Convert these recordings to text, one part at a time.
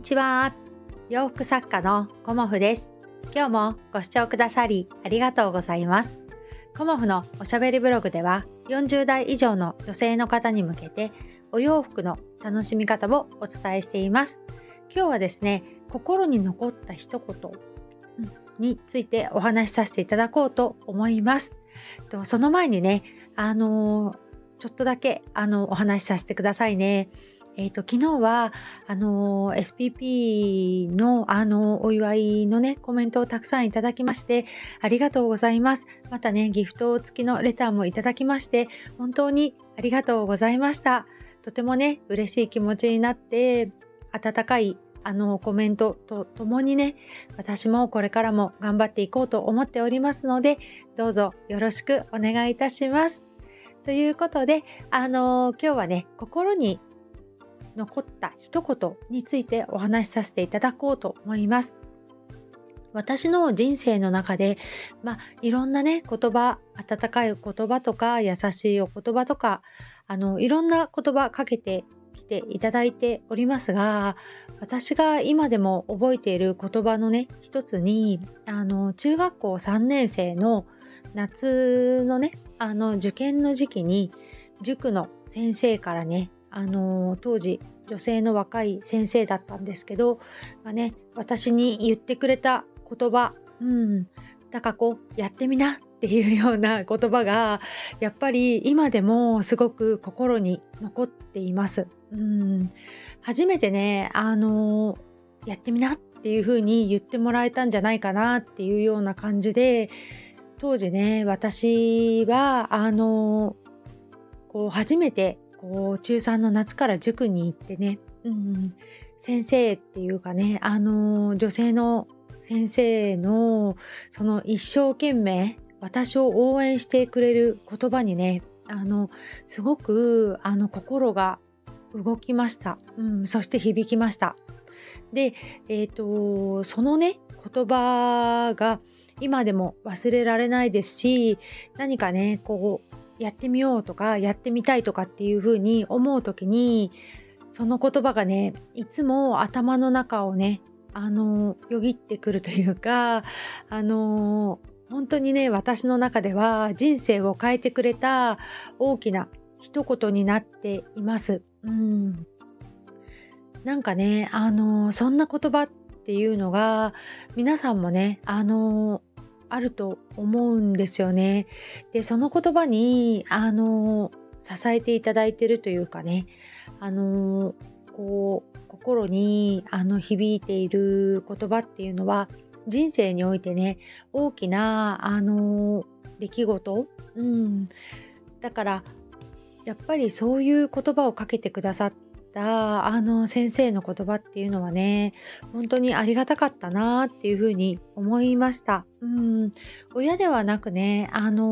ちは。洋服作家のコモフです。今日もご視聴くださりありがとうございます。コモフのおしゃべりブログでは40代以上の女性の方に向けてお洋服の楽しみ方をお伝えしています。今日はですね、心に残った一言についてお話しさせていただこうと思います。その前にね、ちょっとだけお話しさせてくださいね。昨日はSPP のお祝いのねコメントをたくさんいただきましてありがとうございます。またねギフト付きのレターもいただきまして本当にありがとうございました。とてもね嬉しい気持ちになって温かいコメントとともにね私もこれからも頑張っていこうと思っておりますのでどうぞよろしくお願いいたします。ということで今日はね心に残った一言についてお話しさせていただこうと思います。私の人生の中で、いろんなね言葉、温かい言葉とか優しいお言葉とかいろんな言葉かけてきていただいておりますが、私が今でも覚えている言葉のね一つに中学校3年生の夏のね受験の時期に塾の先生からね当時女性の若い先生だったんですけど、私に言ってくれた言葉、高子やってみなっていうような言葉がやっぱり今でもすごく心に残っています。初めてねやってみなっていう風に言ってもらえたんじゃないかなっていうような感じで、当時ね私は初めて中3の夏から塾に行ってね、先生っていうかね女性の先生のその一生懸命私を応援してくれる言葉にねすごく心が動きました、そして響きました。で、そのね言葉が今でも忘れられないですし、何かねやってみようとかやってみたいとかっていう風に思う時にその言葉がねいつも頭の中をねよぎってくるというか本当にね私の中では人生を変えてくれた大きな一言になっています。なんかねそんな言葉っていうのが皆さんもねあると思うんですよね。でその言葉に支えていただいているというかね心に響いている言葉っていうのは人生においてね大きな出来事、だからやっぱりそういう言葉をかけてくださった先生の言葉っていうのはね本当にありがたかったなっていうふうに思いました。親ではなくね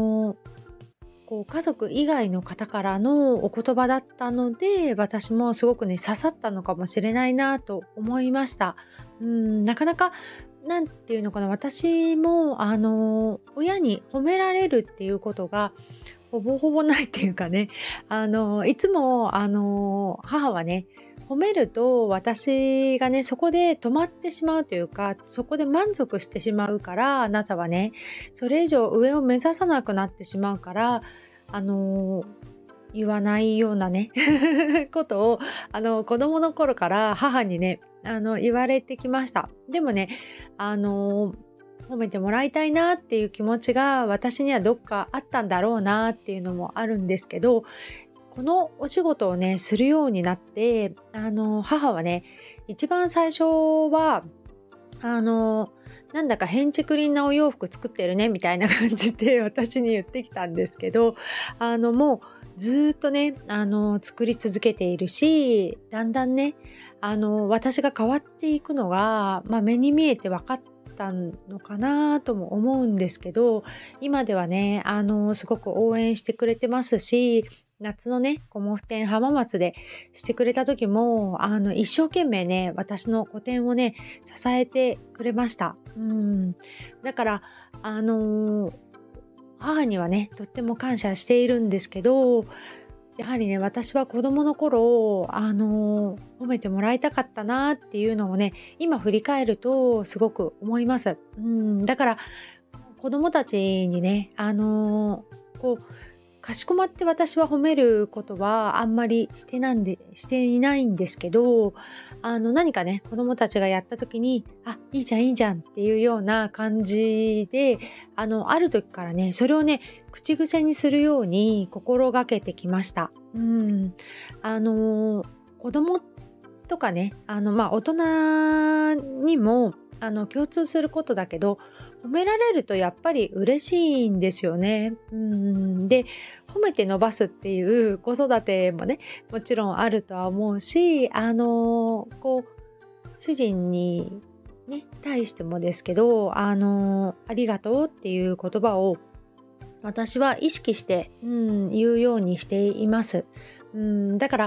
家族以外の方からのお言葉だったので私もすごくね刺さったのかもしれないなと思いました。なかなかなんていうのかな、私も親に褒められるっていうことがほぼほぼないっていうかねいつも母はね褒めると私がねそこで止まってしまうというかそこで満足してしまうから、あなたはねそれ以上上を目指さなくなってしまうから言わないようなねことを子供の頃から母にね言われてきました。でもね褒めてもらいたいなっていう気持ちが私にはどっかあったんだろうなっていうのもあるんですけど、このお仕事をねするようになって母はね一番最初はなんだかへんちくりんなお洋服作ってるねみたいな感じで私に言ってきたんですけどもうずっとね作り続けているし、だんだんね私が変わっていくのが、目に見えて分かったのかなとも思うんですけど、今ではねすごく応援してくれてますし、夏のねコモフ展浜松でしてくれた時も一生懸命ね私の個展をね支えてくれました。だから母にはねとっても感謝しているんですけど、 やはりね、私は子供の頃、褒めてもらいたかったなっていうのをね、今振り返るとすごく思います。だから子供たちにね、こう、かしこまって私は褒めることはあんまりしていないんですけど、何かね、子供たちがやった時に、あ、いいじゃんいいじゃんっていうような感じで、ある時からね、それをね、口癖にするように心がけてきました。子供とかね、大人にも、共通することだけど、褒められるとやっぱり嬉しいんですよね。で、褒めて伸ばすっていう子育てもね、もちろんあるとは思うし、主人にね、対してもですけど、ありがとうっていう言葉を私は意識して、言うようにしています。だから、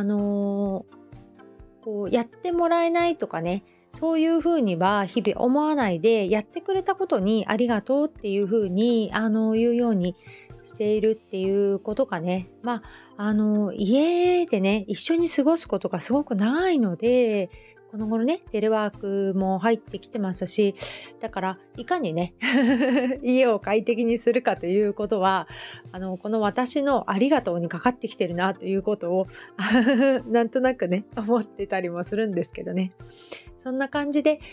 やってもらえないとかね、そういうふうには日々思わないで、やってくれたことにありがとうっていうふうに、言うようにしているっていうことがね、家でね、一緒に過ごすことがすごくないので、この頃ね、テレワークも入ってきてますし、だからいかにね、家を快適にするかということは、この私のありがとうにかかってきてるなということをなんとなくね、思ってたりもするんですけどね。そんな感じで、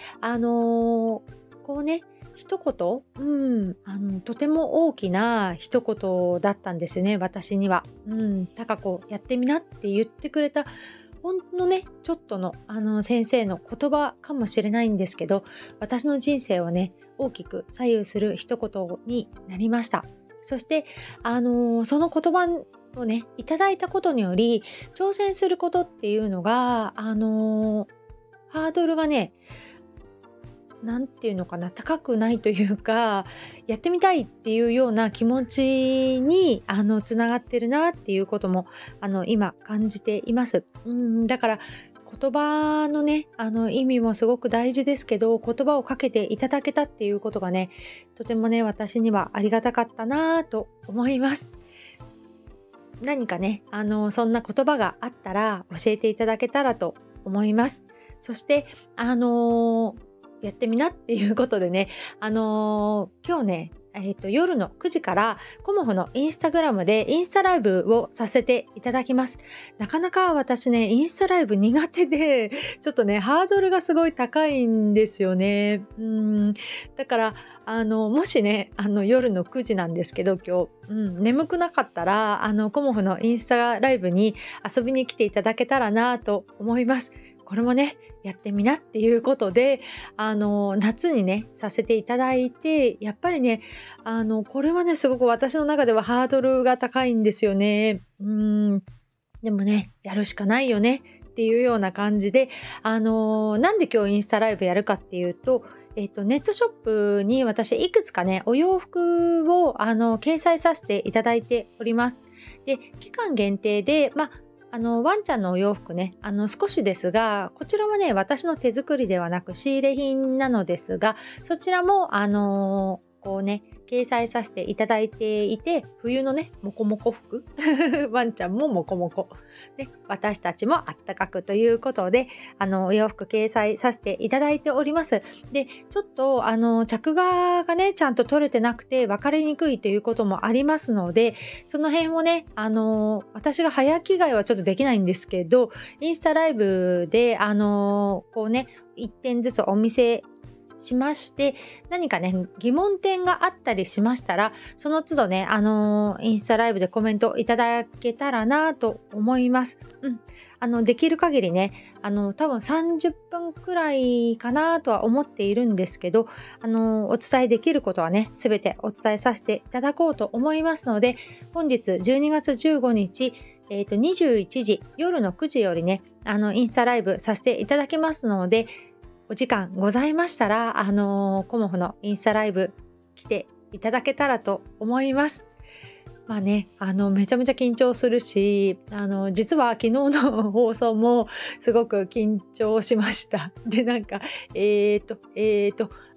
一言、とても大きな一言だったんですよね、私には。高子やってみなって言ってくれた、ほんのね、ちょっとの、先生の言葉かもしれないんですけど、私の人生をね、大きく左右する一言になりました。そして、その言葉をね、いただいたことにより、挑戦することっていうのが、ハードルがね、なんていうのかな、高くないというか、やってみたいっていうような気持ちに、つながってるなっていうことも、今感じています。だから、言葉のね、意味もすごく大事ですけど、言葉をかけていただけたっていうことがね、とてもね、私にはありがたかったなと思います。何かね、そんな言葉があったら教えていただけたらと思います。そして、やってみなっていうことでね、今日ね、夜の9時からコモフのインスタグラムでインスタライブをさせていただきます。なかなか私ね、インスタライブ苦手で、ちょっとね、ハードルがすごい高いんですよね。だから、もしね、夜の9時なんですけど、今日、眠くなかったら、コモフのインスタライブに遊びに来ていただけたらなと思います。これもね、やってみなっていうことで、夏にね、させていただいて、やっぱりね、これはね、すごく私の中ではハードルが高いんですよね。でもね、やるしかないよねっていうような感じで、なんで今日インスタライブやるかっていうと、ネットショップに私いくつかね、お洋服を掲載させていただいております。で、期間限定で、ワンちゃんのお洋服ね、少しですが、こちらはね、私の手作りではなく仕入れ品なのですが、そちらも、掲載させていただいていて、冬のね、もこもこ服ワンちゃんももこもこ。で、私たちもあったかくということで、お洋服掲載させていただいております。で、ちょっと、着画がね、ちゃんと取れてなくて分かりにくいということもありますので、その辺をね、私が早着替えはちょっとできないんですけど、インスタライブで、1点ずつお見せしまして、何かね、疑問点があったりしましたら、その都度ね、インスタライブでコメントいただけたらなと思います。できる限りね、多分30分くらいかなとは思っているんですけど、お伝えできることはね、すべてお伝えさせていただこうと思いますので、本日12月15日、21時、夜の9時よりね、インスタライブさせていただきますので、お時間ございましたら、コモフのインスタライブ来ていただけたらと思います。めちゃめちゃ緊張するし、実は昨日の放送もすごく緊張しました。で、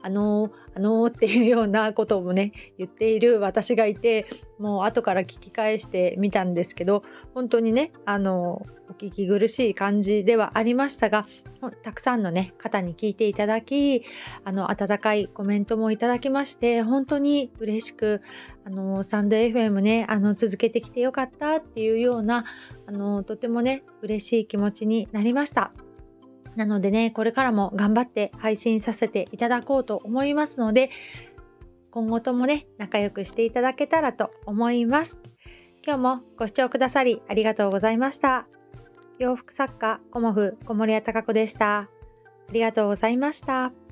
っていうようなことをね、言っている私がいて、もう後から聞き返してみたんですけど、本当にね、お聞き苦しい感じではありましたが、たくさんのね、方に聞いていただき、温かいコメントもいただきまして、本当に嬉しく、スタンド FM ね、続けてきてよかったっていうような、とてもね、嬉しい気持ちになりました。なのでね、これからも頑張って配信させていただこうと思いますので、今後ともね、仲良くしていただけたらと思います。今日もご視聴くださりありがとうございました。洋服作家コモフ小森屋隆子でした。ありがとうございました。